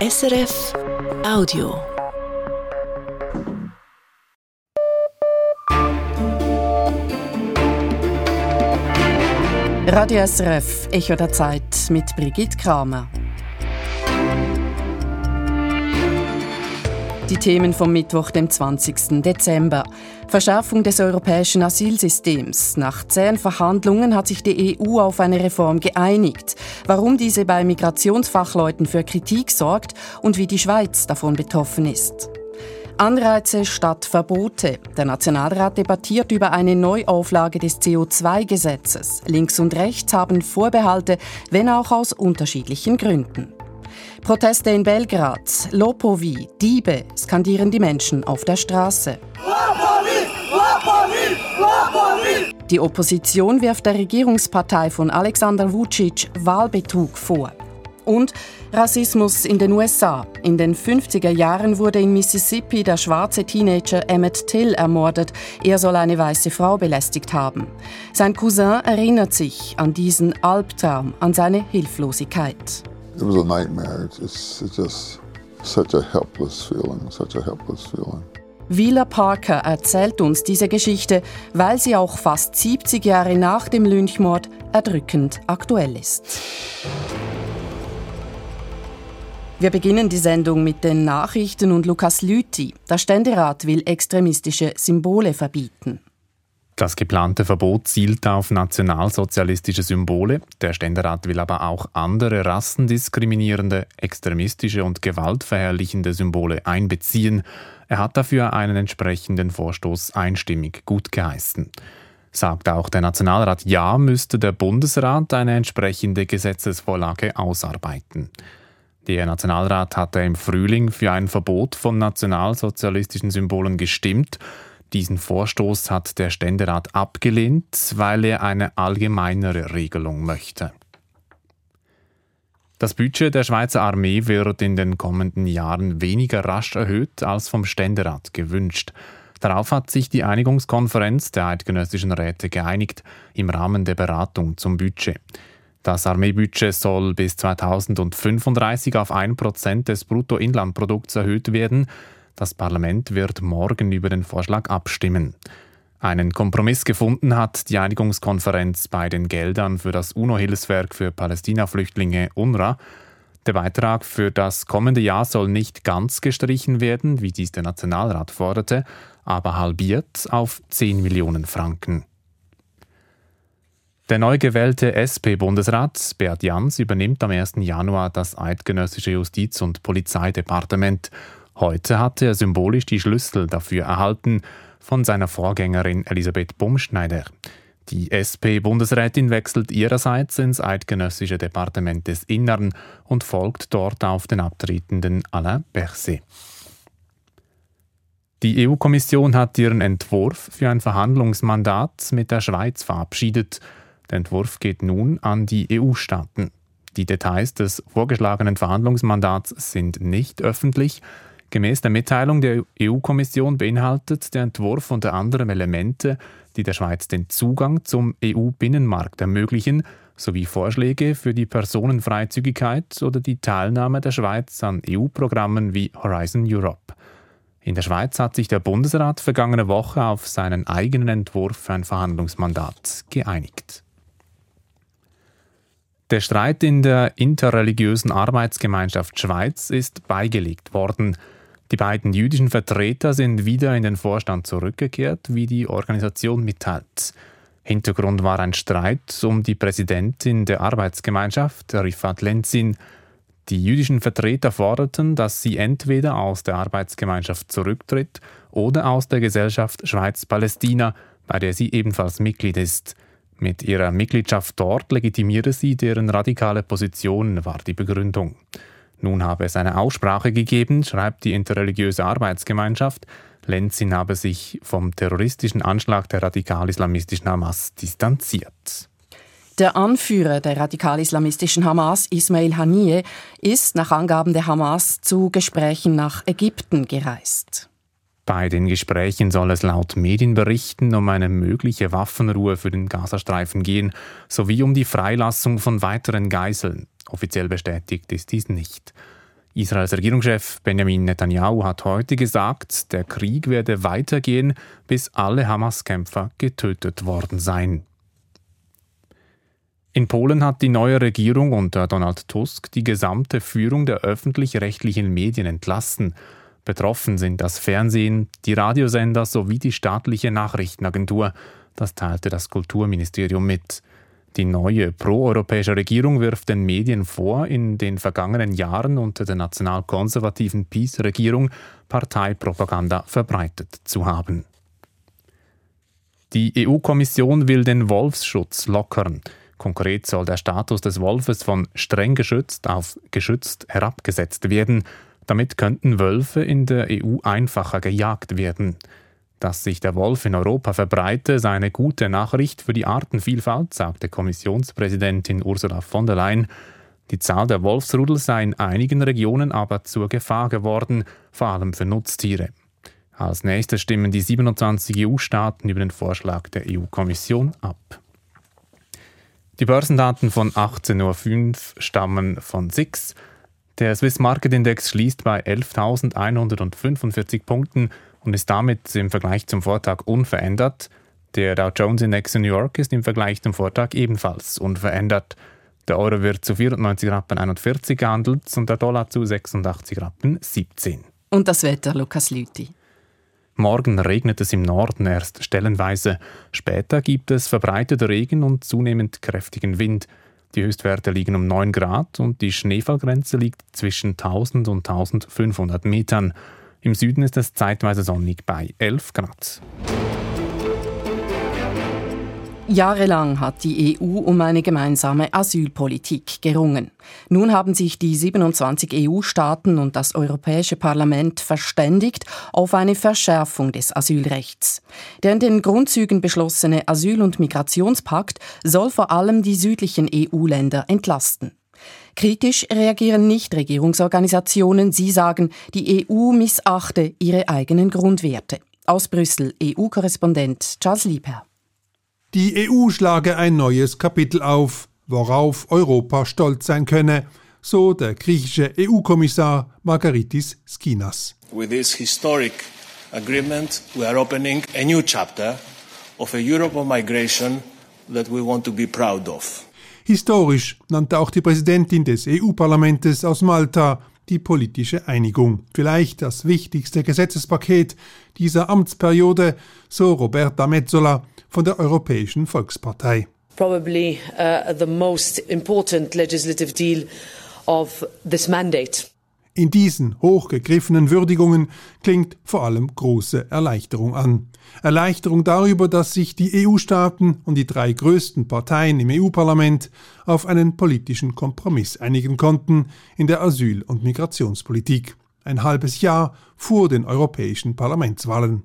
SRF Audio. Radio SRF, Echo der Zeit mit Brigitte Kramer. Die Themen vom Mittwoch, dem 20. Dezember. Verschärfung des europäischen Asylsystems. Nach zähen Verhandlungen hat sich die EU auf eine Reform geeinigt. Warum diese bei Migrationsfachleuten für Kritik sorgt und wie die Schweiz davon betroffen ist. Anreize statt Verbote. Der Nationalrat debattiert über eine Neuauflage des CO2-Gesetzes. Links und rechts haben Vorbehalte, wenn auch aus unterschiedlichen Gründen. Proteste in Belgrad, Lopovi, Diebe skandieren die Menschen auf der Straße. Die Opposition wirft der Regierungspartei von Alexander Vučić Wahlbetrug vor. Und Rassismus in den USA. In den 50er Jahren wurde in Mississippi der schwarze Teenager Emmett Till ermordet. Er soll eine weiße Frau belästigt haben. Sein Cousin erinnert sich an diesen Albtraum, an seine Hilflosigkeit. It was a nightmare. It's just such a helpless feeling. Wheeler Parker erzählt uns diese Geschichte, weil sie auch fast 70 Jahre nach dem Lynchmord erdrückend aktuell ist. Wir beginnen die Sendung mit den Nachrichten und Lukas Lüthi. Der Ständerat will extremistische Symbole verbieten. Das geplante Verbot zielt auf nationalsozialistische Symbole. Der Ständerat will aber auch andere rassendiskriminierende, extremistische und gewaltverherrlichende Symbole einbeziehen. Er hat dafür einen entsprechenden Vorstoß einstimmig gutgeheißen. Sagt auch der Nationalrat ja, müsste der Bundesrat eine entsprechende Gesetzesvorlage ausarbeiten. Der Nationalrat hatte im Frühling für ein Verbot von nationalsozialistischen Symbolen gestimmt. Diesen Vorstoß hat der Ständerat abgelehnt, weil er eine allgemeinere Regelung möchte. Das Budget der Schweizer Armee wird in den kommenden Jahren weniger rasch erhöht als vom Ständerat gewünscht. Darauf hat sich die Einigungskonferenz der eidgenössischen Räte geeinigt im Rahmen der Beratung zum Budget. Das Armeebudget soll bis 2035 auf 1% des Bruttoinlandprodukts erhöht werden. Das Parlament wird morgen über den Vorschlag abstimmen. Einen Kompromiss gefunden hat die Einigungskonferenz bei den Geldern für das UNO-Hilfswerk für Palästina-Flüchtlinge UNRWA. Der Beitrag für das kommende Jahr soll nicht ganz gestrichen werden, wie dies der Nationalrat forderte, aber halbiert auf 10 Millionen Franken. Der neu gewählte SP-Bundesrat Beat Jans übernimmt am 1. Januar das eidgenössische Justiz- und Polizeidepartement. Heute hat er symbolisch die Schlüssel dafür erhalten von seiner Vorgängerin Elisabeth Bumschneider. Die SP-Bundesrätin wechselt ihrerseits ins eidgenössische Departement des Innern und folgt dort auf den abtretenden Alain Berset. Die EU-Kommission hat ihren Entwurf für ein Verhandlungsmandat mit der Schweiz verabschiedet. Der Entwurf geht nun an die EU-Staaten. Die Details des vorgeschlagenen Verhandlungsmandats sind nicht öffentlich. Gemäß der Mitteilung der EU-Kommission beinhaltet der Entwurf unter anderem Elemente, die der Schweiz den Zugang zum EU-Binnenmarkt ermöglichen, sowie Vorschläge für die Personenfreizügigkeit oder die Teilnahme der Schweiz an EU-Programmen wie Horizon Europe. In der Schweiz hat sich der Bundesrat vergangene Woche auf seinen eigenen Entwurf für ein Verhandlungsmandat geeinigt. Der Streit in der interreligiösen Arbeitsgemeinschaft Schweiz ist beigelegt worden. Die beiden jüdischen Vertreter sind wieder in den Vorstand zurückgekehrt, wie die Organisation mitteilt. Hintergrund war ein Streit um die Präsidentin der Arbeitsgemeinschaft, Rifat Lenzin. Die jüdischen Vertreter forderten, dass sie entweder aus der Arbeitsgemeinschaft zurücktritt oder aus der Gesellschaft Schweiz-Palästina, bei der sie ebenfalls Mitglied ist. Mit ihrer Mitgliedschaft dort legitimiere sie deren radikale Position, war die Begründung. Nun habe es eine Aussprache gegeben, schreibt die interreligiöse Arbeitsgemeinschaft. Lenzin habe sich vom terroristischen Anschlag der radikal-islamistischen Hamas distanziert. Der Anführer der radikal-islamistischen Hamas, Ismail Haniyeh, ist nach Angaben der Hamas zu Gesprächen nach Ägypten gereist. Bei den Gesprächen soll es laut Medienberichten um eine mögliche Waffenruhe für den Gazastreifen gehen, sowie um die Freilassung von weiteren Geiseln. Offiziell bestätigt ist dies nicht. Israels Regierungschef Benjamin Netanyahu hat heute gesagt, der Krieg werde weitergehen, bis alle Hamas-Kämpfer getötet worden seien. In Polen hat die neue Regierung unter Donald Tusk die gesamte Führung der öffentlich-rechtlichen Medien entlassen. Betroffen sind das Fernsehen, die Radiosender sowie die staatliche Nachrichtenagentur. Das teilte das Kulturministerium mit. Die neue proeuropäische Regierung wirft den Medien vor, in den vergangenen Jahren unter der nationalkonservativen PiS-Regierung Parteipropaganda verbreitet zu haben. Die EU-Kommission will den Wolfsschutz lockern. Konkret soll der Status des Wolfes von streng geschützt auf geschützt herabgesetzt werden. Damit könnten Wölfe in der EU einfacher gejagt werden. Dass sich der Wolf in Europa verbreite, sei eine gute Nachricht für die Artenvielfalt, sagte Kommissionspräsidentin Ursula von der Leyen. Die Zahl der Wolfsrudel sei in einigen Regionen aber zur Gefahr geworden, vor allem für Nutztiere. Als nächstes stimmen die 27 EU-Staaten über den Vorschlag der EU-Kommission ab. Die Börsendaten von 18.05 Uhr stammen von SIX. Der Swiss Market Index schließt bei 11.145 Punkten und ist damit im Vergleich zum Vortag unverändert. Der Dow Jones Index in New York ist im Vergleich zum Vortag ebenfalls unverändert. Der Euro wird zu 94,41 Rappen gehandelt und der Dollar zu 86,17 Rappen. Und das Wetter, Lukas Lüthi. Morgen regnet es im Norden erst stellenweise. Später gibt es verbreitete Regen und zunehmend kräftigen Wind. Die Höchstwerte liegen um 9 Grad und die Schneefallgrenze liegt zwischen 1000 und 1500 Metern. Im Süden ist es zeitweise sonnig bei 11 Grad. Jahrelang hat die EU um eine gemeinsame Asylpolitik gerungen. Nun haben sich die 27 EU-Staaten und das Europäische Parlament verständigt auf eine Verschärfung des Asylrechts. Der in den Grundzügen beschlossene Asyl- und Migrationspakt soll vor allem die südlichen EU-Länder entlasten. Kritisch reagieren Nichtregierungsorganisationen. Sie sagen, die EU missachte ihre eigenen Grundwerte. Aus Brüssel EU-Korrespondent Charles Lieper. Die EU schlage ein neues Kapitel auf, worauf Europa stolz sein könne, so der griechische EU-Kommissar Margaritis Skinas. With this historic agreement, we are opening a new chapter of a Europe of migration that we want to be proud of. Historisch nannte auch die Präsidentin des EU-Parlaments aus Malta die politische Einigung. Vielleicht das wichtigste Gesetzespaket dieser Amtsperiode, so Roberta Metsola von der Europäischen Volkspartei. Probably the most important legislative deal of this mandate. In diesen hochgegriffenen Würdigungen klingt vor allem große Erleichterung an. Erleichterung darüber, dass sich die EU-Staaten und die 3 größten Parteien im EU-Parlament auf einen politischen Kompromiss einigen konnten in der Asyl- und Migrationspolitik. Ein halbes Jahr vor den europäischen Parlamentswahlen.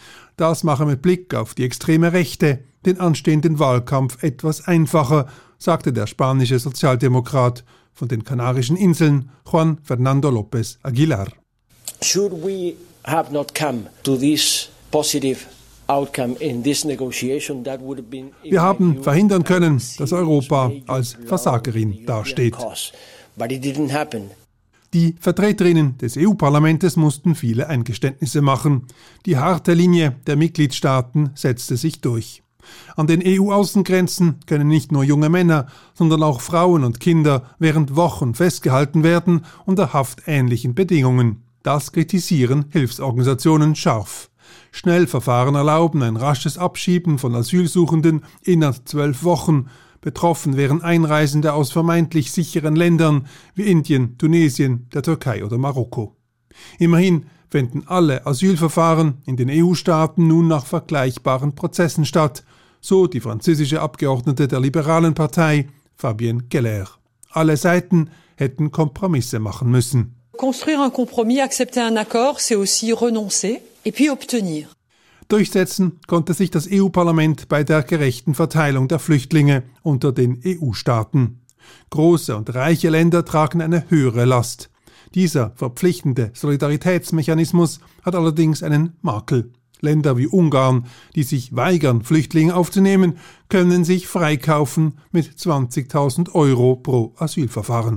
Das mache mit Blick auf die extreme Rechte den anstehenden Wahlkampf etwas einfacher, sagte der spanische Sozialdemokrat von den Kanarischen Inseln Juan Fernando López Aguilar. Should we have not come to this positive outcome in this negotiation, that would have been. Wir haben verhindern können, dass Europa als Versagerin dasteht. But it didn't happen. Die Vertreterinnen des EU-Parlaments mussten viele Eingeständnisse machen. Die harte Linie der Mitgliedstaaten setzte sich durch. An den EU-Außengrenzen können nicht nur junge Männer, sondern auch Frauen und Kinder während Wochen festgehalten werden unter haftähnlichen Bedingungen. Das kritisieren Hilfsorganisationen scharf. Schnellverfahren erlauben ein rasches Abschieben von Asylsuchenden innerhalb 12 Wochen. Betroffen wären Einreisende aus vermeintlich sicheren Ländern wie Indien, Tunesien, der Türkei oder Marokko. Immerhin finden alle Asylverfahren in den EU-Staaten nun nach vergleichbaren Prozessen statt, so die französische Abgeordnete der Liberalen Partei, Fabienne Keller. Alle Seiten hätten Kompromisse machen müssen. Construire un compromis, accepter un accord, c'est aussi renoncer et puis obtenir. Durchsetzen konnte sich das EU-Parlament bei der gerechten Verteilung der Flüchtlinge unter den EU-Staaten. Große und reiche Länder tragen eine höhere Last. Dieser verpflichtende Solidaritätsmechanismus hat allerdings einen Makel. Länder wie Ungarn, die sich weigern, Flüchtlinge aufzunehmen, können sich freikaufen mit 20.000 € pro Asylverfahren.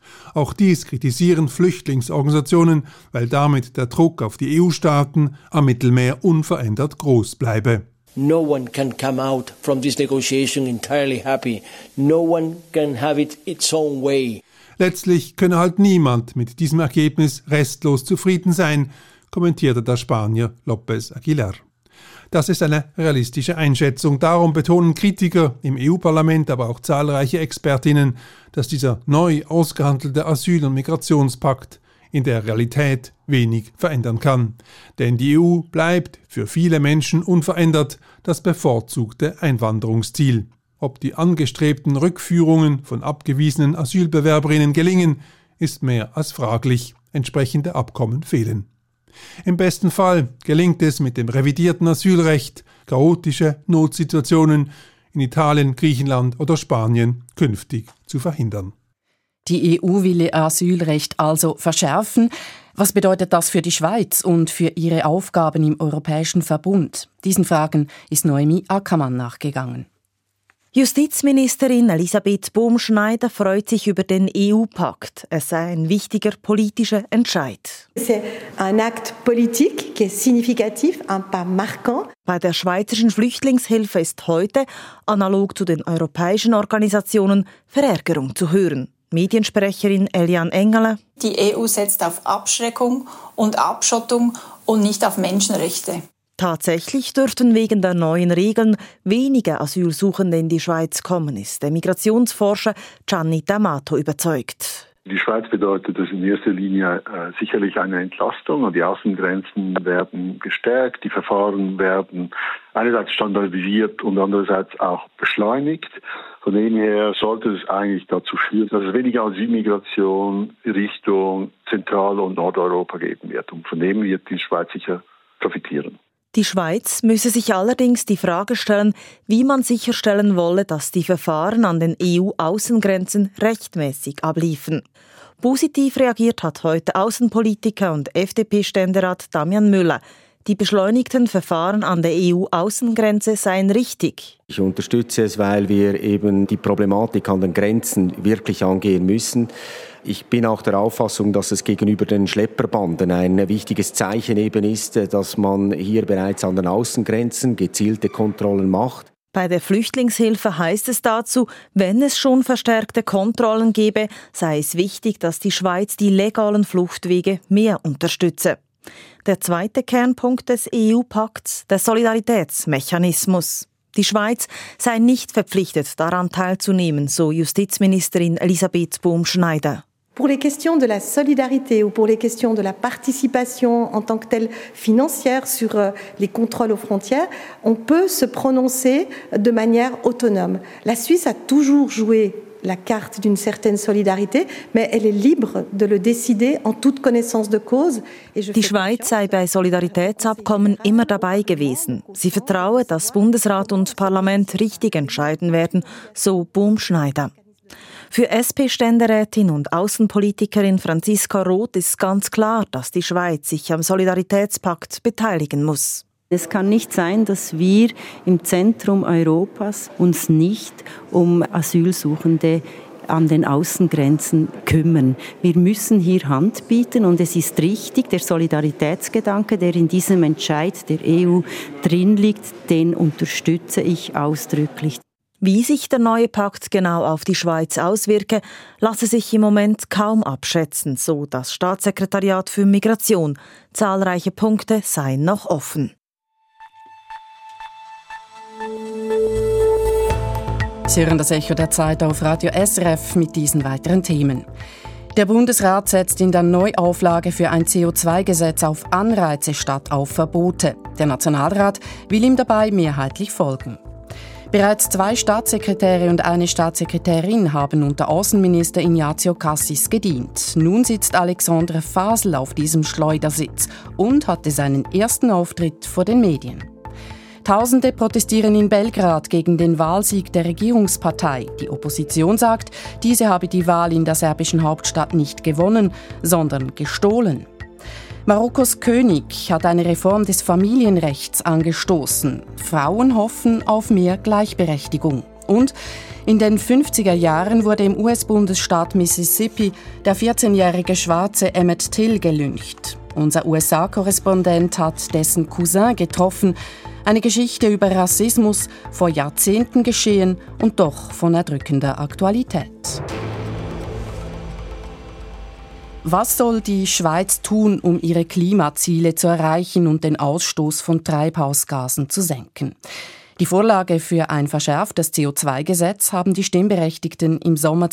Auch dies kritisieren Flüchtlingsorganisationen, weil damit der Druck auf die EU-Staaten am Mittelmeer unverändert groß bleibe. No one can come out from this negotiation entirely happy. No one can have it its own way. Letztlich könne halt niemand mit diesem Ergebnis restlos zufrieden sein, kommentierte der Spanier López Aguilar. Das ist eine realistische Einschätzung. Darum betonen Kritiker im EU-Parlament, aber auch zahlreiche Expertinnen, dass dieser neu ausgehandelte Asyl- und Migrationspakt in der Realität wenig verändern kann. Denn die EU bleibt für viele Menschen unverändert das bevorzugte Einwanderungsziel. Ob die angestrebten Rückführungen von abgewiesenen Asylbewerberinnen gelingen, ist mehr als fraglich. Entsprechende Abkommen fehlen. Im besten Fall gelingt es mit dem revidierten Asylrecht, chaotische Notsituationen in Italien, Griechenland oder Spanien künftig zu verhindern. Die EU will ihr Asylrecht also verschärfen. Was bedeutet das für die Schweiz und für ihre Aufgaben im Europäischen Verbund? Diesen Fragen ist Noemi Ackermann nachgegangen. Justizministerin Elisabeth Baumschneider freut sich über den EU-Pakt. Es sei ein wichtiger politischer Entscheid. C'est un acte politique qui est significatif, un pas marquant. Bei der Schweizerischen Flüchtlingshilfe ist heute, analog zu den europäischen Organisationen, Verärgerung zu hören. Mediensprecherin Eliane Engele. Die EU setzt auf Abschreckung und Abschottung und nicht auf Menschenrechte. Tatsächlich dürften wegen der neuen Regeln weniger Asylsuchende in die Schweiz kommen, ist der Migrationsforscher Gianni D'Amato überzeugt. Die Schweiz bedeutet das in erster Linie sicherlich eine Entlastung und die Außengrenzen werden gestärkt, die Verfahren werden einerseits standardisiert und andererseits auch beschleunigt. Von dem her sollte es eigentlich dazu führen, dass es weniger Asylmigration Richtung Zentral- und Nordeuropa geben wird. Und von dem wird die Schweiz sicher profitieren. Die Schweiz müsse sich allerdings die Frage stellen, wie man sicherstellen wolle, dass die Verfahren an den EU-Außengrenzen rechtmäßig abliefen. Positiv reagiert hat heute Außenpolitiker und FDP-Ständerat Damian Müller. Die beschleunigten Verfahren an der EU-Außengrenze seien richtig. Ich unterstütze es, weil wir eben die Problematik an den Grenzen wirklich angehen müssen. Ich bin auch der Auffassung, dass es gegenüber den Schlepperbanden ein wichtiges Zeichen eben ist, dass man hier bereits an den Außengrenzen gezielte Kontrollen macht. Bei der Flüchtlingshilfe heißt es dazu, wenn es schon verstärkte Kontrollen gebe, sei es wichtig, dass die Schweiz die legalen Fluchtwege mehr unterstütze. Der zweite Kernpunkt des EU-Pakts, der Solidaritätsmechanismus. Die Schweiz sei nicht verpflichtet, daran teilzunehmen, so Justizministerin Elisabeth Baumschneider. Pour les questions de la solidarité ou pour les questions de la participation en tant que telle financière sur les contrôles aux frontières, on peut se prononcer de manière autonome. La Suisse a toujours joué la carte d'une certaine solidarité, mais elle est libre de le décider en toute connaissance de cause. Die Schweiz sei bei Solidaritätsabkommen immer dabei gewesen. Sie vertraue, dass Bundesrat und Parlament richtig entscheiden werden, so Baumschneider. Für SP-Ständerätin und Außenpolitikerin Franziska Roth ist ganz klar, dass die Schweiz sich am Solidaritätspakt beteiligen muss. Es kann nicht sein, dass wir im Zentrum Europas uns nicht um Asylsuchende an den Außengrenzen kümmern. Wir müssen hier Hand bieten und es ist richtig, der Solidaritätsgedanke, der in diesem Entscheid der EU drin liegt, den unterstütze ich ausdrücklich. Wie sich der neue Pakt genau auf die Schweiz auswirke, lasse sich im Moment kaum abschätzen, so das Staatssekretariat für Migration. Zahlreiche Punkte seien noch offen. Sie hören das Echo der Zeit auf Radio SRF mit diesen weiteren Themen. Der Bundesrat setzt in der Neuauflage für ein CO2-Gesetz auf Anreize statt auf Verbote. Der Nationalrat will ihm dabei mehrheitlich folgen. Bereits 2 Staatssekretäre und eine Staatssekretärin haben unter Außenminister Ignazio Cassis gedient. Nun sitzt Alexandre Fasel auf diesem Schleudersitz und hatte seinen ersten Auftritt vor den Medien. Tausende protestieren in Belgrad gegen den Wahlsieg der Regierungspartei. Die Opposition sagt, diese habe die Wahl in der serbischen Hauptstadt nicht gewonnen, sondern gestohlen. Marokkos König hat eine Reform des Familienrechts angestoßen. Frauen hoffen auf mehr Gleichberechtigung. Und In den 50er Jahren wurde im US-Bundesstaat Mississippi der 14-jährige schwarze Emmett Till gelyncht. Unser USA-Korrespondent hat dessen Cousin getroffen. Eine Geschichte über Rassismus, vor Jahrzehnten geschehen und doch von erdrückender Aktualität. Was soll die Schweiz tun, um ihre Klimaziele zu erreichen und den Ausstoß von Treibhausgasen zu senken? Die Vorlage für ein verschärftes CO2-Gesetz haben die Stimmberechtigten im Sommer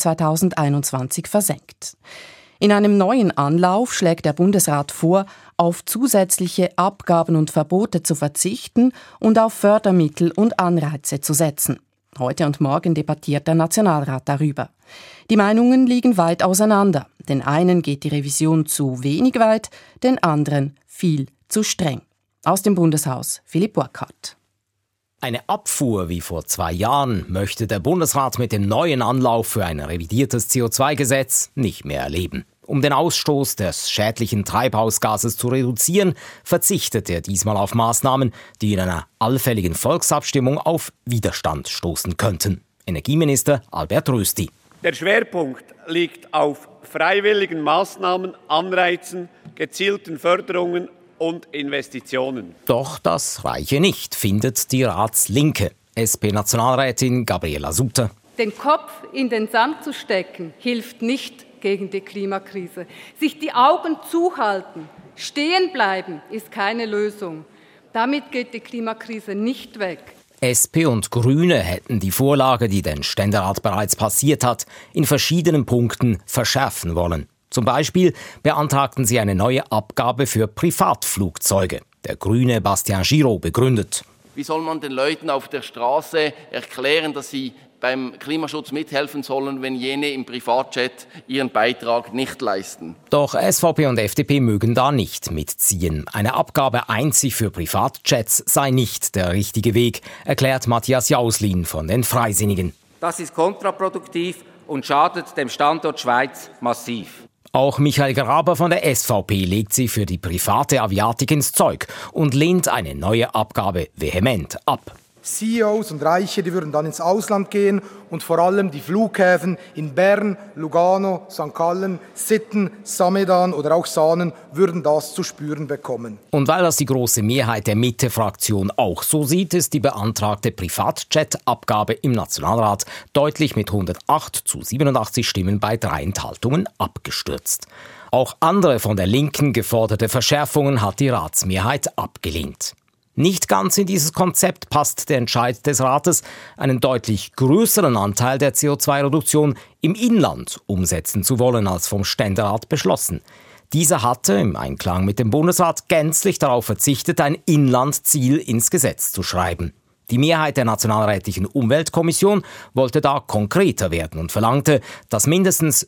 2021 versenkt. In einem neuen Anlauf schlägt der Bundesrat vor, auf zusätzliche Abgaben und Verbote zu verzichten und auf Fördermittel und Anreize zu setzen. Heute und morgen debattiert der Nationalrat darüber. Die Meinungen liegen weit auseinander. Den einen geht die Revision zu wenig weit, den anderen viel zu streng. Aus dem Bundeshaus Philipp Burkhardt. Eine Abfuhr wie vor 2 Jahren möchte der Bundesrat mit dem neuen Anlauf für ein revidiertes CO2-Gesetz nicht mehr erleben. Um den Ausstoß des schädlichen Treibhausgases zu reduzieren, verzichtet er diesmal auf Maßnahmen, die in einer allfälligen Volksabstimmung auf Widerstand stoßen könnten. Energieminister Albert Rösti. Der Schwerpunkt liegt auf freiwilligen Maßnahmen, Anreizen, gezielten Förderungen und Investitionen. Doch das reiche nicht, findet die Ratslinke. SP-Nationalrätin Gabriela Sutter. Den Kopf in den Sand zu stecken, hilft nicht gegen die Klimakrise. Sich die Augen zuhalten, stehen bleiben, ist keine Lösung. Damit geht die Klimakrise nicht weg. SP und Grüne hätten die Vorlage, die den Ständerat bereits passiert hat, in verschiedenen Punkten verschärfen wollen. Zum Beispiel beantragten sie eine neue Abgabe für Privatflugzeuge. Der Grüne Bastien Giraud begründet. Wie soll man den Leuten auf der Straße erklären, dass sie beim Klimaschutz mithelfen sollen, wenn jene im Privatjet ihren Beitrag nicht leisten? Doch SVP und FDP mögen da nicht mitziehen. Eine Abgabe einzig für Privatjets sei nicht der richtige Weg, erklärt Matthias Jauslin von den Freisinnigen. Das ist kontraproduktiv und schadet dem Standort Schweiz massiv. Auch Michael Graber von der SVP legt sich für die private Aviatik ins Zeug und lehnt eine neue Abgabe vehement ab. CEOs und Reiche, die würden dann ins Ausland gehen und vor allem die Flughäfen in Bern, Lugano, St. Gallen, Sitten, Samedan oder auch Saanen würden das zu spüren bekommen. Und weil das die große Mehrheit der Mitte-Fraktion auch so sieht, ist die beantragte Privatjet-Abgabe im Nationalrat deutlich mit 108 zu 87 Stimmen bei 3 Enthaltungen abgestürzt. Auch andere von der Linken geforderte Verschärfungen hat die Ratsmehrheit abgelehnt. Nicht ganz in dieses Konzept passt der Entscheid des Rates, einen deutlich größeren Anteil der CO2-Reduktion im Inland umsetzen zu wollen, als vom Ständerat beschlossen. Dieser hatte im Einklang mit dem Bundesrat gänzlich darauf verzichtet, ein Inlandziel ins Gesetz zu schreiben. Die Mehrheit der Nationalrätlichen Umweltkommission wollte da konkreter werden und verlangte, dass mindestens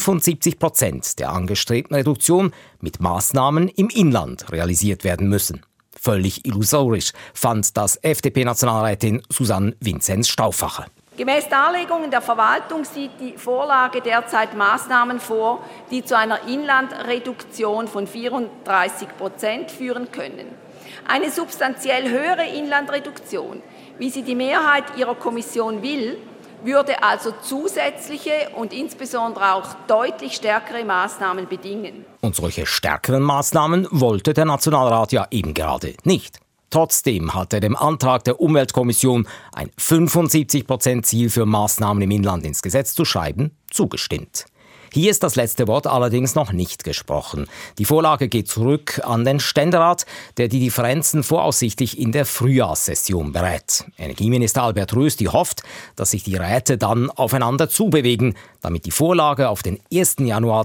75% der angestrebten Reduktion mit Maßnahmen im Inland realisiert werden müssen. Völlig illusorisch, fand das FDP-Nationalrätin Susanne Vinzenz-Stauffacher. Gemäß Darlegungen der Verwaltung sieht die Vorlage derzeit Maßnahmen vor, die zu einer Inlandreduktion von 34% führen können. Eine substanziell höhere Inlandreduktion, wie sie die Mehrheit ihrer Kommission will, würde also zusätzliche und insbesondere auch deutlich stärkere Maßnahmen bedingen. Und solche stärkeren Maßnahmen wollte der Nationalrat ja eben gerade nicht. Trotzdem hat er dem Antrag der Umweltkommission, ein 75%-Ziel für Maßnahmen im Inland ins Gesetz zu schreiben, zugestimmt. Hier ist das letzte Wort allerdings noch nicht gesprochen. Die Vorlage geht zurück an den Ständerat, der die Differenzen voraussichtlich in der Frühjahrssession berät. Energieminister Albert Rösti hofft, dass sich die Räte dann aufeinander zubewegen, damit die Vorlage auf den 1. Januar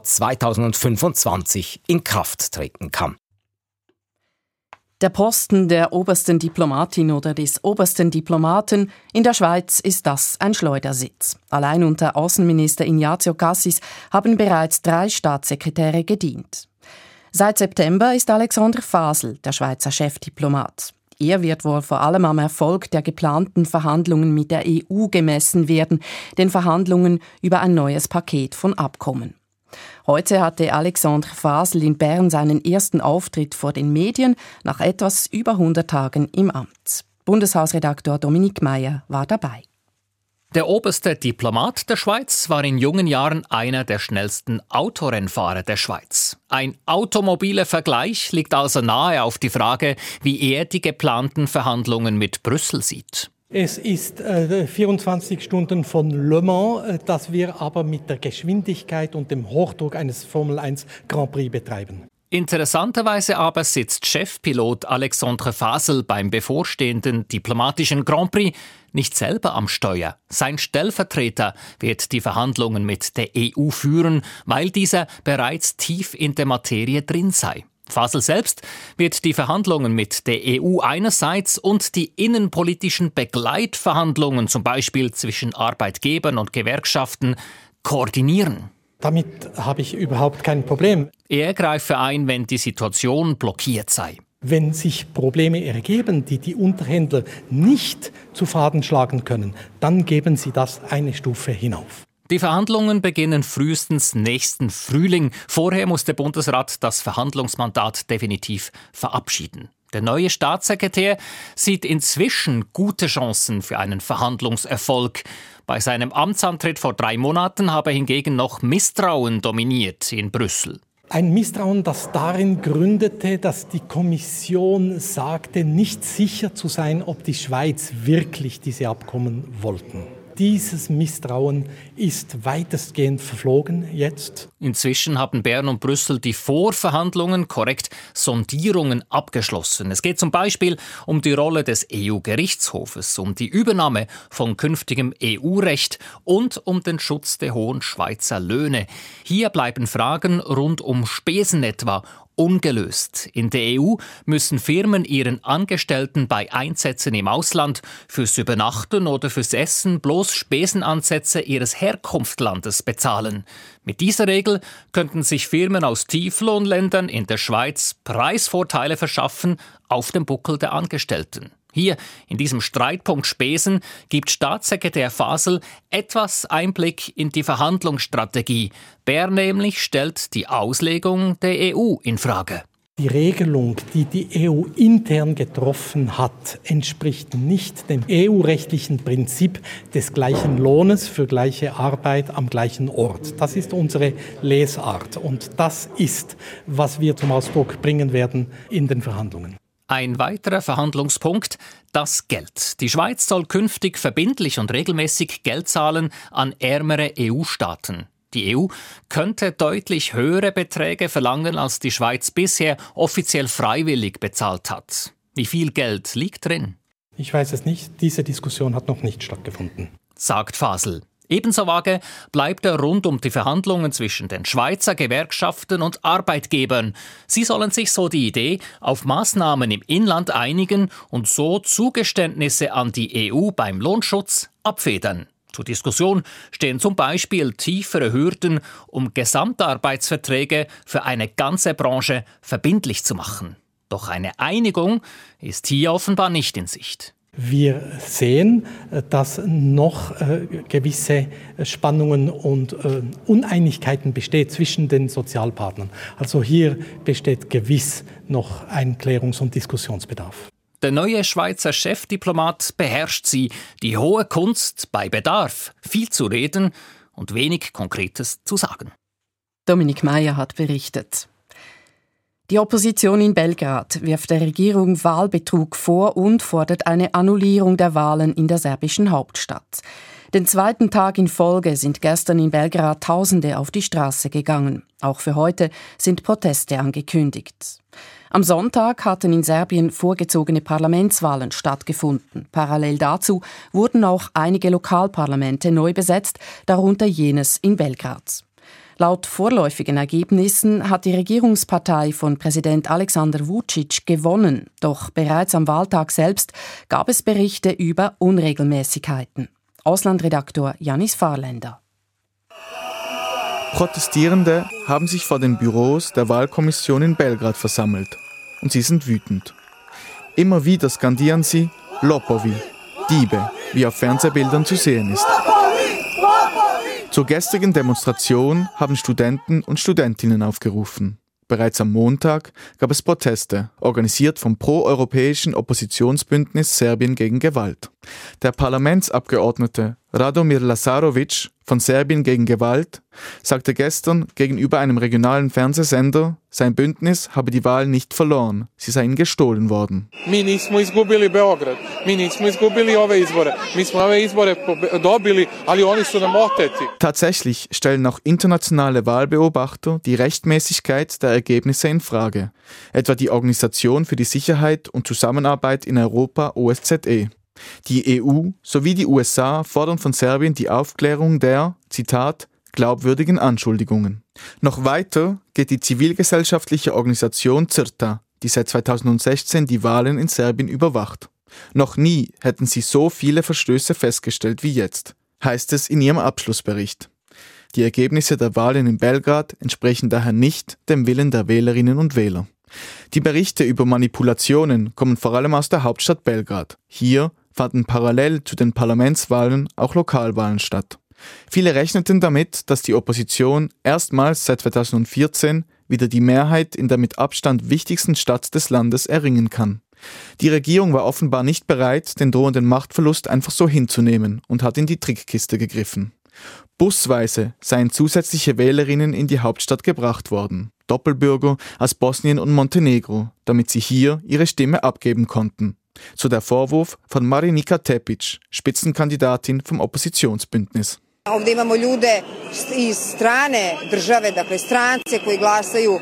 2025 in Kraft treten kann. Der Posten der obersten Diplomatin oder des obersten Diplomaten in der Schweiz ist das ein Schleudersitz. Allein unter Außenminister Ignazio Cassis haben bereits 3 Staatssekretäre gedient. Seit September ist Alexander Fasel der Schweizer Chefdiplomat. Er wird wohl vor allem am Erfolg der geplanten Verhandlungen mit der EU gemessen werden, den Verhandlungen über ein neues Paket von Abkommen. Heute hatte Alexander Fasel in Bern seinen ersten Auftritt vor den Medien nach etwas über 100 Tagen im Amt. Bundeshausredaktor Dominik Meyer war dabei. Der oberste Diplomat der Schweiz war in jungen Jahren einer der schnellsten Autorennfahrer der Schweiz. Ein automobiler Vergleich liegt also nahe auf die Frage, wie er die geplanten Verhandlungen mit Brüssel sieht. Es ist 24 Stunden von Le Mans, das wir aber mit der Geschwindigkeit und dem Hochdruck eines Formel 1 Grand Prix betreiben. Interessanterweise aber sitzt Chefpilot Alexandre Fasel beim bevorstehenden diplomatischen Grand Prix nicht selber am Steuer. Sein Stellvertreter wird die Verhandlungen mit der EU führen, weil dieser bereits tief in der Materie drin sei. Fasel selbst wird die Verhandlungen mit der EU einerseits und die innenpolitischen Begleitverhandlungen, zum Beispiel zwischen Arbeitgebern und Gewerkschaften, koordinieren. Damit habe ich überhaupt kein Problem. Er greife ein, wenn die Situation blockiert sei. Wenn sich Probleme ergeben, die die Unterhändler nicht zu Faden schlagen können, dann geben sie das eine Stufe hinauf. Die Verhandlungen beginnen frühestens nächsten Frühling. Vorher muss der Bundesrat das Verhandlungsmandat definitiv verabschieden. Der neue Staatssekretär sieht inzwischen gute Chancen für einen Verhandlungserfolg. Bei seinem Amtsantritt vor 3 Monaten habe hingegen noch Misstrauen dominiert in Brüssel. Ein Misstrauen, das darin gründete, dass die Kommission sagte, nicht sicher zu sein, ob die Schweiz wirklich diese Abkommen wollten. Dieses Misstrauen ist weitestgehend verflogen jetzt. Inzwischen haben Bern und Brüssel die Vorverhandlungen, korrekt Sondierungen, abgeschlossen. Es geht zum Beispiel um die Rolle des EU-Gerichtshofes, um die Übernahme von künftigem EU-Recht und um den Schutz der hohen Schweizer Löhne. Hier bleiben Fragen rund um Spesen etwa ungelöst. In der EU müssen Firmen ihren Angestellten bei Einsätzen im Ausland fürs Übernachten oder fürs Essen bloß Spesenansätze ihres Herkunftslandes bezahlen. Mit dieser Regel könnten sich Firmen aus Tieflohnländern in der Schweiz Preisvorteile verschaffen auf dem Buckel der Angestellten. Hier, in diesem Streitpunkt Spesen, gibt Staatssekretär Fasel etwas Einblick in die Verhandlungsstrategie. Bern nämlich stellt die Auslegung der EU in Frage. Die Regelung, die die EU intern getroffen hat, entspricht nicht dem EU-rechtlichen Prinzip des gleichen Lohnes für gleiche Arbeit am gleichen Ort. Das ist unsere Lesart und das ist, was wir zum Ausdruck bringen werden in den Verhandlungen. Ein weiterer Verhandlungspunkt, das Geld. Die Schweiz soll künftig verbindlich und regelmäßig Geld zahlen an ärmere EU-Staaten. Die EU könnte deutlich höhere Beträge verlangen, als die Schweiz bisher offiziell freiwillig bezahlt hat. Wie viel Geld liegt drin? Ich weiß es nicht. Diese Diskussion hat noch nicht stattgefunden, sagt Fasel. Ebenso vage bleibt er rund um die Verhandlungen zwischen den Schweizer Gewerkschaften und Arbeitgebern. Sie sollen sich, so die Idee, auf Maßnahmen im Inland einigen und so Zugeständnisse an die EU beim Lohnschutz abfedern. Zur Diskussion stehen zum Beispiel tiefere Hürden, um Gesamtarbeitsverträge für eine ganze Branche verbindlich zu machen. Doch eine Einigung ist hier offenbar nicht in Sicht. Wir sehen, dass noch gewisse Spannungen und Uneinigkeiten bestehen zwischen den Sozialpartnern. Also hier besteht gewiss noch ein Klärungs- und Diskussionsbedarf. Der neue Schweizer Chefdiplomat beherrscht sie, die hohe Kunst, bei Bedarf viel zu reden und wenig Konkretes zu sagen. Dominik Meyer hat berichtet. Die Opposition in Belgrad wirft der Regierung Wahlbetrug vor und fordert eine Annullierung der Wahlen in der serbischen Hauptstadt. Den 2. Tag in Folge sind gestern in Belgrad Tausende auf die Straße gegangen. Auch für heute sind Proteste angekündigt. Am Sonntag hatten in Serbien vorgezogene Parlamentswahlen stattgefunden. Parallel dazu wurden auch einige Lokalparlamente neu besetzt, darunter jenes in Belgrad. Laut vorläufigen Ergebnissen hat die Regierungspartei von Präsident Alexander Vučić gewonnen. Doch bereits am Wahltag selbst gab es Berichte über Unregelmäßigkeiten. Auslandredaktor Janis Fahrländer. Protestierende haben sich vor den Büros der Wahlkommission in Belgrad versammelt. Und sie sind wütend. Immer wieder skandieren sie Lopovi, Diebe, wie auf Fernsehbildern zu sehen ist. Zur gestrigen Demonstration haben Studenten und Studentinnen aufgerufen. Bereits am Montag gab es Proteste, organisiert vom proeuropäischen Oppositionsbündnis Serbien gegen Gewalt. Der Parlamentsabgeordnete Radomir Lazarovic von Serbien gegen Gewalt sagte gestern gegenüber einem regionalen Fernsehsender, sein Bündnis habe die Wahl nicht verloren, sie sei ihnen gestohlen worden. Mi nismo izgubili Beograd, mi nismo izgubili ove izbore, mi smo ove izbore dobili, ali oni su nam oteti. Tatsächlich stellen auch internationale Wahlbeobachter die Rechtmäßigkeit der Ergebnisse in Frage, etwa die Organisation für die Sicherheit und Zusammenarbeit in Europa OSZE. Die EU sowie die USA fordern von Serbien die Aufklärung der, Zitat, glaubwürdigen Anschuldigungen. Noch weiter geht die zivilgesellschaftliche Organisation CIRTA, die seit 2016 die Wahlen in Serbien überwacht. Noch nie hätten sie so viele Verstöße festgestellt wie jetzt, heißt es in ihrem Abschlussbericht. Die Ergebnisse der Wahlen in Belgrad entsprechen daher nicht dem Willen der Wählerinnen und Wähler. Die Berichte über Manipulationen kommen vor allem aus der Hauptstadt Belgrad. Hier fanden parallel zu den Parlamentswahlen auch Lokalwahlen statt. Viele rechneten damit, dass die Opposition erstmals seit 2014 wieder die Mehrheit in der mit Abstand wichtigsten Stadt des Landes erringen kann. Die Regierung war offenbar nicht bereit, den drohenden Machtverlust einfach so hinzunehmen und hat in die Trickkiste gegriffen. Busweise seien zusätzliche Wählerinnen in die Hauptstadt gebracht worden, Doppelbürger aus Bosnien und Montenegro, damit sie hier ihre Stimme abgeben konnten. So der Vorwurf von Marinika Tepić, Spitzenkandidatin vom Oppositionsbündnis. Ovdje imamo ljude iz strane države, dakle strance koji glasaju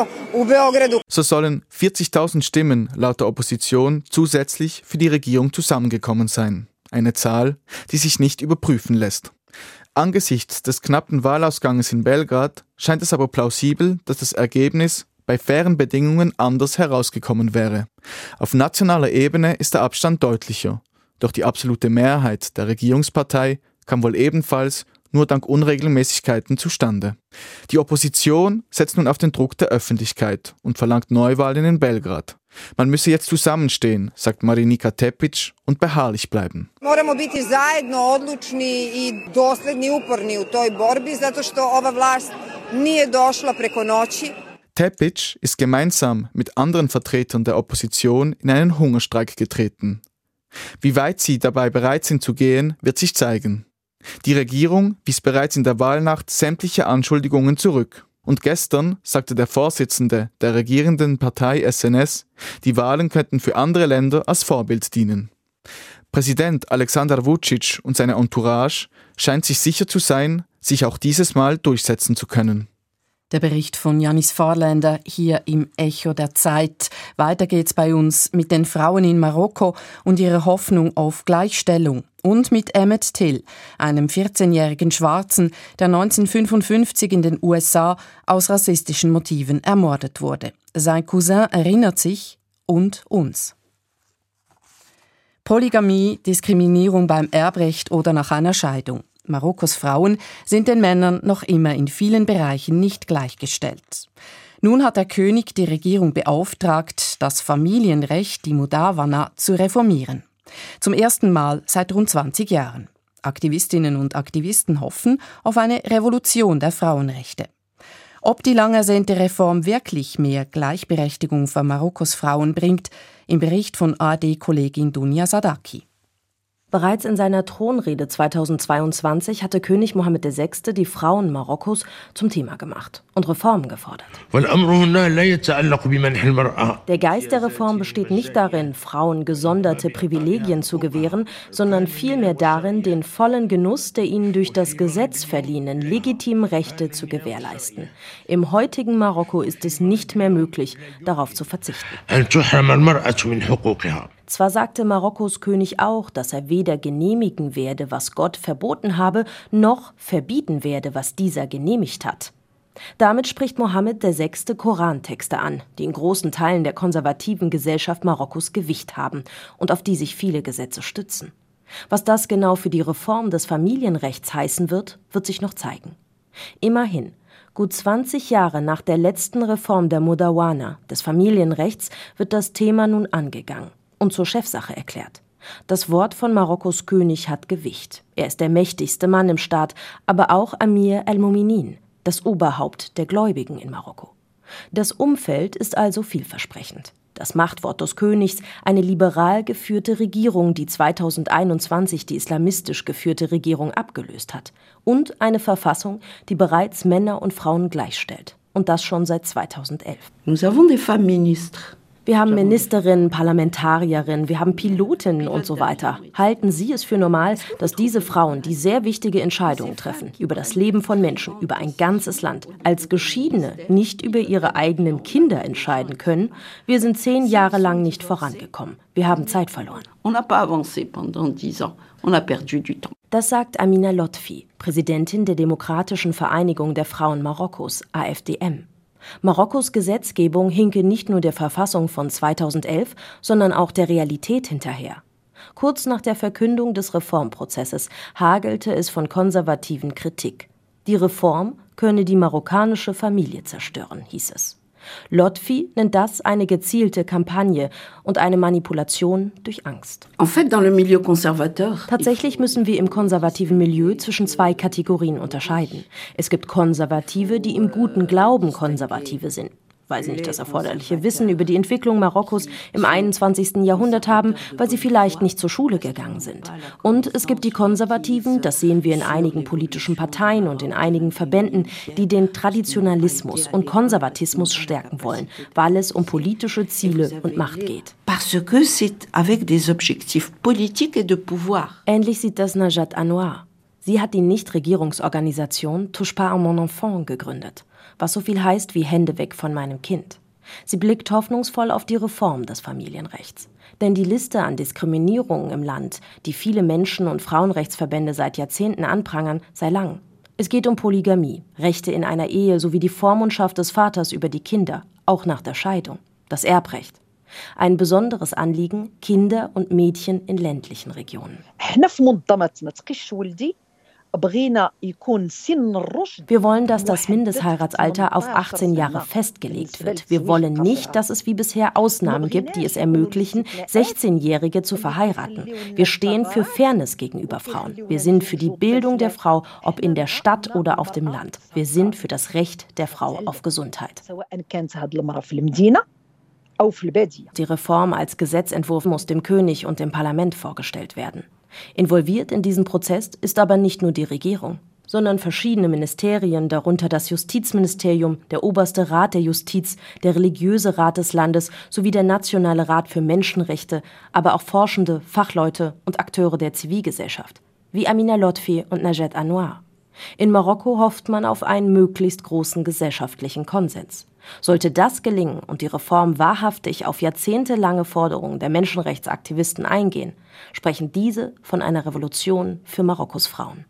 u Beogradu. So sollen 40.000 Stimmen laut der Opposition zusätzlich für die Regierung zusammengekommen sein. Eine Zahl, die sich nicht überprüfen lässt. Angesichts des knappen Wahlausganges in Belgrad scheint es aber plausibel, dass das Ergebnis bei fairen Bedingungen anders herausgekommen wäre. Auf nationaler Ebene ist der Abstand deutlicher. Doch die absolute Mehrheit der Regierungspartei kam wohl ebenfalls nur dank Unregelmäßigkeiten zustande. Die Opposition setzt nun auf den Druck der Öffentlichkeit und verlangt Neuwahlen in Belgrad. Man müsse jetzt zusammenstehen, sagt Marinika Tepić, und beharrlich bleiben. Moramo biti zajedno odlučni i dosledni uporni u toj borbi zato što ova vlast nije došla preko noći. Tepić ist gemeinsam mit anderen Vertretern der Opposition in einen Hungerstreik getreten. Wie weit sie dabei bereit sind zu gehen, wird sich zeigen. Die Regierung wies bereits in der Wahlnacht sämtliche Anschuldigungen zurück. Und gestern sagte der Vorsitzende der regierenden Partei SNS, die Wahlen könnten für andere Länder als Vorbild dienen. Präsident Aleksandar Vučić und seine Entourage scheint sich sicher zu sein, sich auch dieses Mal durchsetzen zu können. Der Bericht von Janis Fahrländer hier im Echo der Zeit. Weiter geht's bei uns mit den Frauen in Marokko und ihrer Hoffnung auf Gleichstellung. Und mit Emmett Till, einem 14-jährigen Schwarzen, der 1955 in den USA aus rassistischen Motiven ermordet wurde. Sein Cousin erinnert sich und uns. Polygamie, Diskriminierung beim Erbrecht oder nach einer Scheidung. Marokkos Frauen sind den Männern noch immer in vielen Bereichen nicht gleichgestellt. Nun hat der König die Regierung beauftragt, das Familienrecht, die Mudawana, zu reformieren. Zum ersten Mal seit rund 20 Jahren. Aktivistinnen und Aktivisten hoffen auf eine Revolution der Frauenrechte. Ob die lang ersehnte Reform wirklich mehr Gleichberechtigung für Marokkos Frauen bringt, im Bericht von ARD-Kollegin Dunja Sadaki. Bereits in seiner Thronrede 2022 hatte König Mohammed VI. Die Frauen Marokkos zum Thema gemacht und Reformen gefordert. Der Geist der Reform besteht nicht darin, Frauen gesonderte Privilegien zu gewähren, sondern vielmehr darin, den vollen Genuss der ihnen durch das Gesetz verliehenen legitimen Rechte zu gewährleisten. Im heutigen Marokko ist es nicht mehr möglich, darauf zu verzichten. Zwar sagte Marokkos König auch, dass er weder genehmigen werde, was Gott verboten habe, noch verbieten werde, was dieser genehmigt hat. Damit spricht Mohammed VI. Korantexte an, die in großen Teilen der konservativen Gesellschaft Marokkos Gewicht haben und auf die sich viele Gesetze stützen. Was das genau für die Reform des Familienrechts heißen wird, wird sich noch zeigen. Immerhin, gut 20 Jahre nach der letzten Reform der Mudawana, des Familienrechts, wird das Thema nun angegangen und zur Chefsache erklärt. Das Wort von Marokkos König hat Gewicht. Er ist der mächtigste Mann im Staat, aber auch Amir el-Mominin, das Oberhaupt der Gläubigen in Marokko. Das Umfeld ist also vielversprechend. Das Machtwort des Königs, eine liberal geführte Regierung, die 2021 die islamistisch geführte Regierung abgelöst hat. Und eine Verfassung, die bereits Männer und Frauen gleichstellt. Und das schon seit 2011. Nous avons des femmes ministres. Wir haben Ministerinnen, Parlamentarierinnen, wir haben Pilotinnen und so weiter. Halten Sie es für normal, dass diese Frauen, die sehr wichtige Entscheidungen treffen, über das Leben von Menschen, über ein ganzes Land, als Geschiedene nicht über ihre eigenen Kinder entscheiden können? Wir sind 10 Jahre lang nicht vorangekommen. Wir haben Zeit verloren. Das sagt Amina Lotfi, Präsidentin der Demokratischen Vereinigung der Frauen Marokkos, AFDM. Marokkos Gesetzgebung hinke nicht nur der Verfassung von 2011, sondern auch der Realität hinterher. Kurz nach der Verkündung des Reformprozesses hagelte es von konservativen Kritik. Die Reform könne die marokkanische Familie zerstören, hieß es. Lotfi nennt das eine gezielte Kampagne und eine Manipulation durch Angst. Tatsächlich müssen wir im konservativen Milieu zwischen 2 Kategorien unterscheiden. Es gibt Konservative, die im guten Glauben Konservative sind, weil sie nicht das erforderliche Wissen über die Entwicklung Marokkos im 21. Jahrhundert haben, weil sie vielleicht nicht zur Schule gegangen sind. Und es gibt die Konservativen, das sehen wir in einigen politischen Parteien und in einigen Verbänden, die den Traditionalismus und Konservatismus stärken wollen, weil es um politische Ziele und Macht geht. Ähnlich sieht das Najat Anwar. Sie hat die Nichtregierungsorganisation Touche pas à mon enfant gegründet, was so viel heißt wie Hände weg von meinem Kind. Sie blickt hoffnungsvoll auf die Reform des Familienrechts. Denn die Liste an Diskriminierungen im Land, die viele Menschen- und Frauenrechtsverbände seit Jahrzehnten anprangern, sei lang. Es geht um Polygamie, Rechte in einer Ehe sowie die Vormundschaft des Vaters über die Kinder, auch nach der Scheidung, das Erbrecht. Ein besonderes Anliegen, Kinder und Mädchen in ländlichen Regionen. Wir wollen, dass das Mindestheiratsalter auf 18 Jahre festgelegt wird. Wir wollen nicht, dass es wie bisher Ausnahmen gibt, die es ermöglichen, 16-Jährige zu verheiraten. Wir stehen für Fairness gegenüber Frauen. Wir sind für die Bildung der Frau, ob in der Stadt oder auf dem Land. Wir sind für das Recht der Frau auf Gesundheit. Die Reform als Gesetzentwurf muss dem König und dem Parlament vorgestellt werden. Involviert in diesen Prozess ist aber nicht nur die Regierung, sondern verschiedene Ministerien, darunter das Justizministerium, der Oberste Rat der Justiz, der Religiöse Rat des Landes sowie der Nationale Rat für Menschenrechte, aber auch Forschende, Fachleute und Akteure der Zivilgesellschaft, wie Amina Lotfi und Najat Anwar. In Marokko hofft man auf einen möglichst großen gesellschaftlichen Konsens. Sollte das gelingen und die Reform wahrhaftig auf jahrzehntelange Forderungen der Menschenrechtsaktivisten eingehen, sprechen diese von einer Revolution für Marokkos Frauen.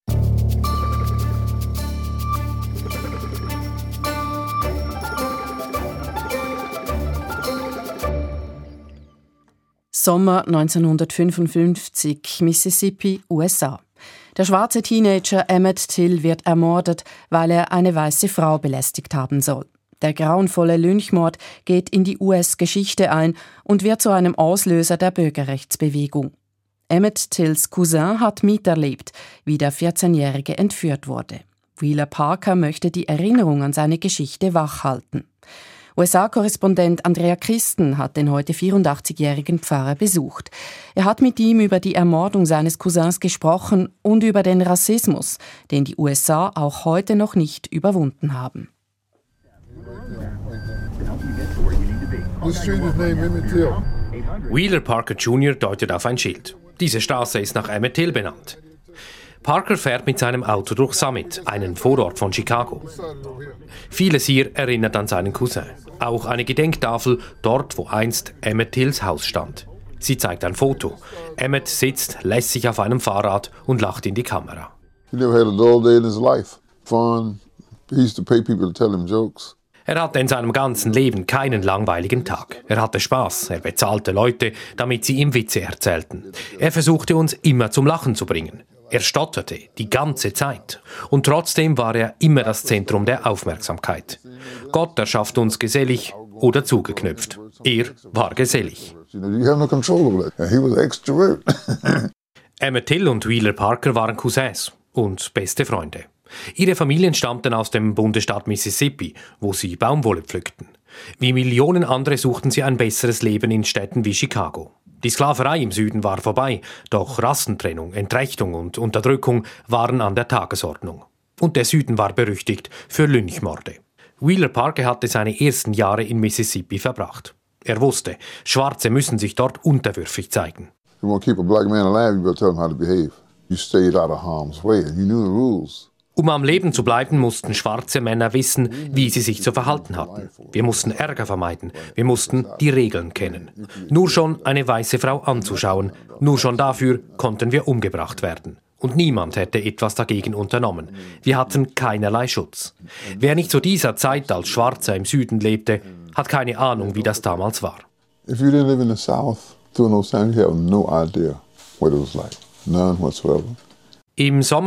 Sommer 1955, Mississippi, USA. Der schwarze Teenager Emmett Till wird ermordet, weil er eine weiße Frau belästigt haben soll. Der grauenvolle Lynchmord geht in die US-Geschichte ein und wird zu einem Auslöser der Bürgerrechtsbewegung. Emmett Tills Cousin hat miterlebt, wie der 14-Jährige entführt wurde. Wheeler Parker möchte die Erinnerung an seine Geschichte wachhalten. USA-Korrespondent Andrea Christen hat den heute 84-jährigen Pfarrer besucht. Er hat mit ihm über die Ermordung seines Cousins gesprochen und über den Rassismus, den die USA auch heute noch nicht überwunden haben. Wheeler Parker Jr. deutet auf ein Schild. Diese Straße ist nach Emmett Till benannt. Parker fährt mit seinem Auto durch Summit, einen Vorort von Chicago. Vieles hier erinnert an seinen Cousin. Auch eine Gedenktafel, dort wo einst Emmett Tills Haus stand. Sie zeigt ein Foto. Emmett sitzt lässig auf einem Fahrrad und lacht in die Kamera. He never had a dull day in his life. Fun. He used to pay people to tell him jokes. Er hatte in seinem ganzen Leben keinen langweiligen Tag. Er hatte Spaß, er bezahlte Leute, damit sie ihm Witze erzählten. Er versuchte uns immer zum Lachen zu bringen. Er stotterte die ganze Zeit. Und trotzdem war er immer das Zentrum der Aufmerksamkeit. Gott erschafft uns gesellig oder zugeknüpft. Er war gesellig. Emmett Till und Wheeler Parker waren Cousins und beste Freunde. Ihre Familien stammten aus dem Bundesstaat Mississippi, wo sie Baumwolle pflückten. Wie Millionen andere suchten sie ein besseres Leben in Städten wie Chicago. Die Sklaverei im Süden war vorbei, doch Rassentrennung, Entrechtung und Unterdrückung waren an der Tagesordnung. Und der Süden war berüchtigt für Lynchmorde. Wheeler Parker hatte seine ersten Jahre in Mississippi verbracht. Er wusste, Schwarze müssen sich dort unterwürfig zeigen. You want to keep a black man alive, you better tell him how to behave. You stayed out of harm's way and you knew the rules. Um am Leben zu bleiben, mussten schwarze Männer wissen, wie sie sich zu verhalten hatten. Wir mussten Ärger vermeiden. Wir mussten die Regeln kennen. Nur schon eine weiße Frau anzuschauen, nur schon dafür konnten wir umgebracht werden. Und niemand hätte etwas dagegen unternommen. Wir hatten keinerlei Schutz. Wer nicht zu dieser Zeit als Schwarzer im Süden lebte, hat keine Ahnung, wie das damals war. If you didn't live in the South during those times, you have no idea what it was like. None whatsoever. Im Sommer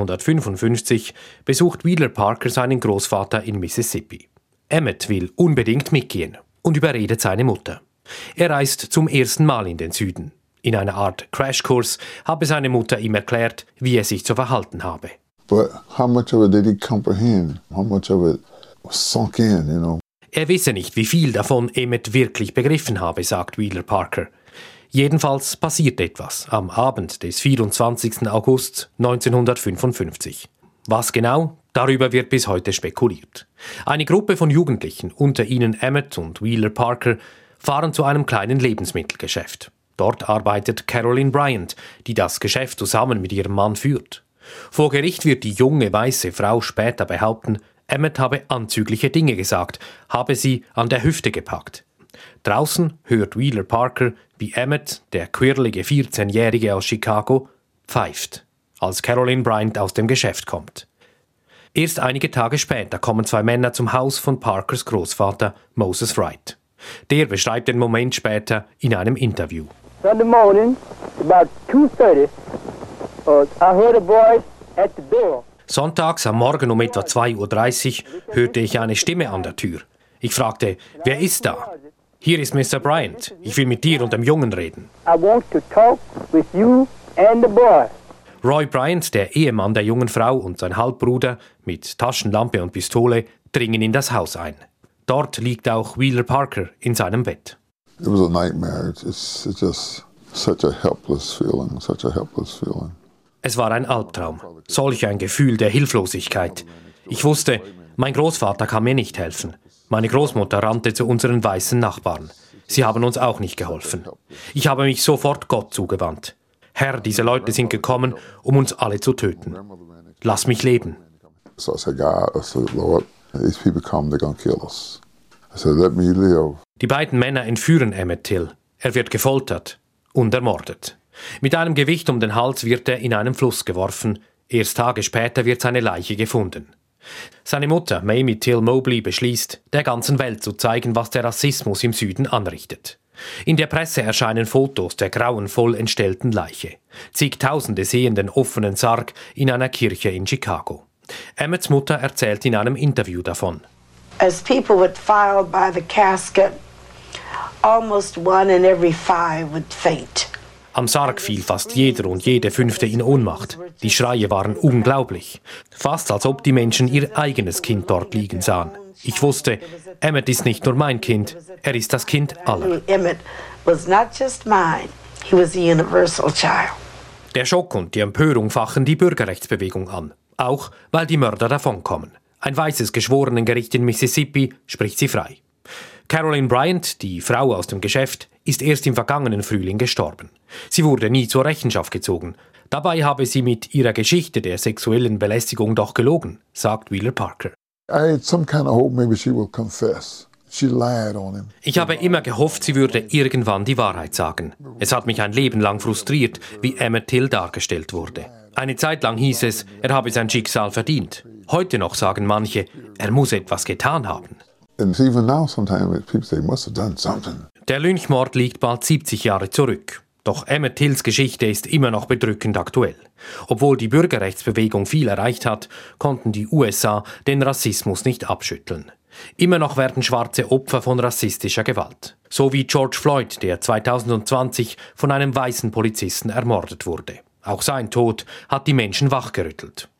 1955 besucht Wheeler Parker seinen Großvater in Mississippi. Emmett will unbedingt mitgehen und überredet seine Mutter. Er reist zum ersten Mal in den Süden. In einer Art Crashkurs habe seine Mutter ihm erklärt, wie er sich zu verhalten habe. But how much of it did he comprehend? How much of it was sunk in, you know? Er wisse nicht, wie viel davon Emmett wirklich begriffen habe, sagt Wheeler Parker. Jedenfalls passiert etwas am Abend des 24. August 1955. Was genau? Darüber wird bis heute spekuliert. Eine Gruppe von Jugendlichen, unter ihnen Emmett und Wheeler Parker, fahren zu einem kleinen Lebensmittelgeschäft. Dort arbeitet Caroline Bryant, die das Geschäft zusammen mit ihrem Mann führt. Vor Gericht wird die junge weiße Frau später behaupten, Emmett habe anzügliche Dinge gesagt, habe sie an der Hüfte gepackt. Draußen hört Wheeler Parker, wie Emmett, der quirlige 14-Jährige aus Chicago, pfeift, als Caroline Bryant aus dem Geschäft kommt. Erst einige Tage später kommen zwei Männer zum Haus von Parkers Großvater Moses Wright. Der beschreibt den Moment später in einem Interview. Sunday morning, about 2:30, I heard a voice at the door. Sonntags am Morgen um etwa 2:30 Uhr hörte ich eine Stimme an der Tür. Ich fragte, wer ist da? Hier ist Mr. Bryant. Ich will mit dir und dem Jungen reden. I want to talk with you and the boy. Roy Bryant, der Ehemann der jungen Frau, und sein Halbbruder mit Taschenlampe und Pistole dringen in das Haus ein. Dort liegt auch Wheeler Parker in seinem Bett. It was a nightmare. It's just such a helpless feeling, Es war ein Albtraum, solch ein Gefühl der Hilflosigkeit. Ich wusste, mein Großvater kann mir nicht helfen. Meine Großmutter rannte zu unseren weißen Nachbarn. Sie haben uns auch nicht geholfen. Ich habe mich sofort Gott zugewandt. Herr, diese Leute sind gekommen, um uns alle zu töten. Lass mich leben. So I said, God, Lord, these people come, they're gonna kill us. I said, let me live. Die beiden Männer entführen Emmett Till. Er wird gefoltert und ermordet. Mit einem Gewicht um den Hals wird er in einen Fluss geworfen. Erst Tage später wird seine Leiche gefunden. Seine Mutter, Mamie Till Mobley, beschließt, der ganzen Welt zu zeigen, was der Rassismus im Süden anrichtet. In der Presse erscheinen Fotos der grauenvoll entstellten Leiche. Zigtausende sehen den offenen Sarg in einer Kirche in Chicago. Emmetts Mutter erzählt in einem Interview davon. As people would file by the casket, almost 1 in every 5 would faint. Am Sarg fiel fast jeder und jede Fünfte in Ohnmacht. Die Schreie waren unglaublich. Fast als ob die Menschen ihr eigenes Kind dort liegen sahen. Ich wusste, Emmett ist nicht nur mein Kind, er ist das Kind aller. Emmett was not just mine, he was the universal child. Der Schock und die Empörung fachen die Bürgerrechtsbewegung an. Auch weil die Mörder davonkommen. Ein weißes Geschworenengericht in Mississippi spricht sie frei. Caroline Bryant, die Frau aus dem Geschäft, ist erst im vergangenen Frühling gestorben. Sie wurde nie zur Rechenschaft gezogen. Dabei habe sie mit ihrer Geschichte der sexuellen Belästigung doch gelogen, sagt Wheeler Parker. I had some kind of hope maybe she will confess. She lied on him. Ich habe immer gehofft, sie würde irgendwann die Wahrheit sagen. Es hat mich ein Leben lang frustriert, wie Emmett Till dargestellt wurde. Eine Zeit lang hieß es, er habe sein Schicksal verdient. Heute noch sagen manche, er muss etwas getan haben. And even now sometimes people say he must have done something. Der Lynchmord liegt bald 70 Jahre zurück. Doch Emmett Tills Geschichte ist immer noch bedrückend aktuell. Obwohl die Bürgerrechtsbewegung viel erreicht hat, konnten die USA den Rassismus nicht abschütteln. Immer noch werden Schwarze Opfer von rassistischer Gewalt. So wie George Floyd, der 2020 von einem weißen Polizisten ermordet wurde. Auch sein Tod hat die Menschen wachgerüttelt.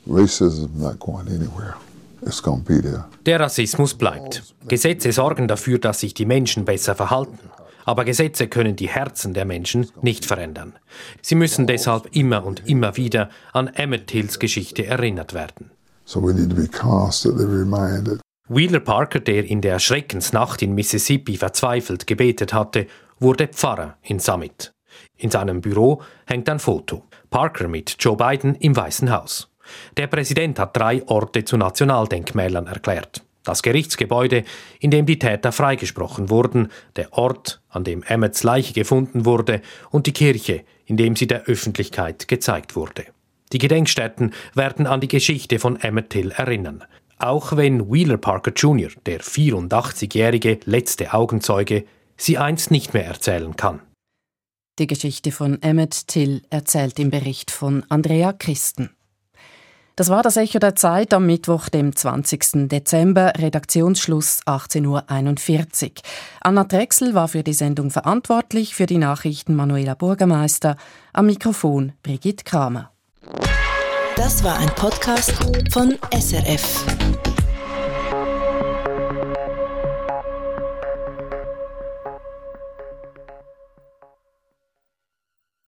Racism not going anywhere. It's gonna be there. Der Rassismus bleibt. Gesetze sorgen dafür, dass sich die Menschen besser verhalten. Aber Gesetze können die Herzen der Menschen nicht verändern. Sie müssen deshalb immer und immer wieder an Emmett Tills Geschichte erinnert werden. So we need to be constantly reminded. Wheeler Parker, der in der Schreckensnacht in Mississippi verzweifelt gebetet hatte, wurde Pfarrer in Summit. In seinem Büro hängt ein Foto. Parker mit Joe Biden im Weißen Haus. Der Präsident hat 3 Orte zu Nationaldenkmälern erklärt. Das Gerichtsgebäude, in dem die Täter freigesprochen wurden, der Ort, an dem Emmets Leiche gefunden wurde und die Kirche, in dem sie der Öffentlichkeit gezeigt wurde. Die Gedenkstätten werden an die Geschichte von Emmett Till erinnern. Auch wenn Wheeler Parker Jr., der 84-jährige letzte Augenzeuge, sie einst nicht mehr erzählen kann. Die Geschichte von Emmett Till erzählt im Bericht von Andrea Christen. Das war das Echo der Zeit am Mittwoch, dem 20. Dezember, Redaktionsschluss 18.41 Uhr. Anna Drechsel war für die Sendung verantwortlich, für die Nachrichten Manuela Burgermeister, am Mikrofon Brigitte Kramer. Das war ein Podcast von SRF.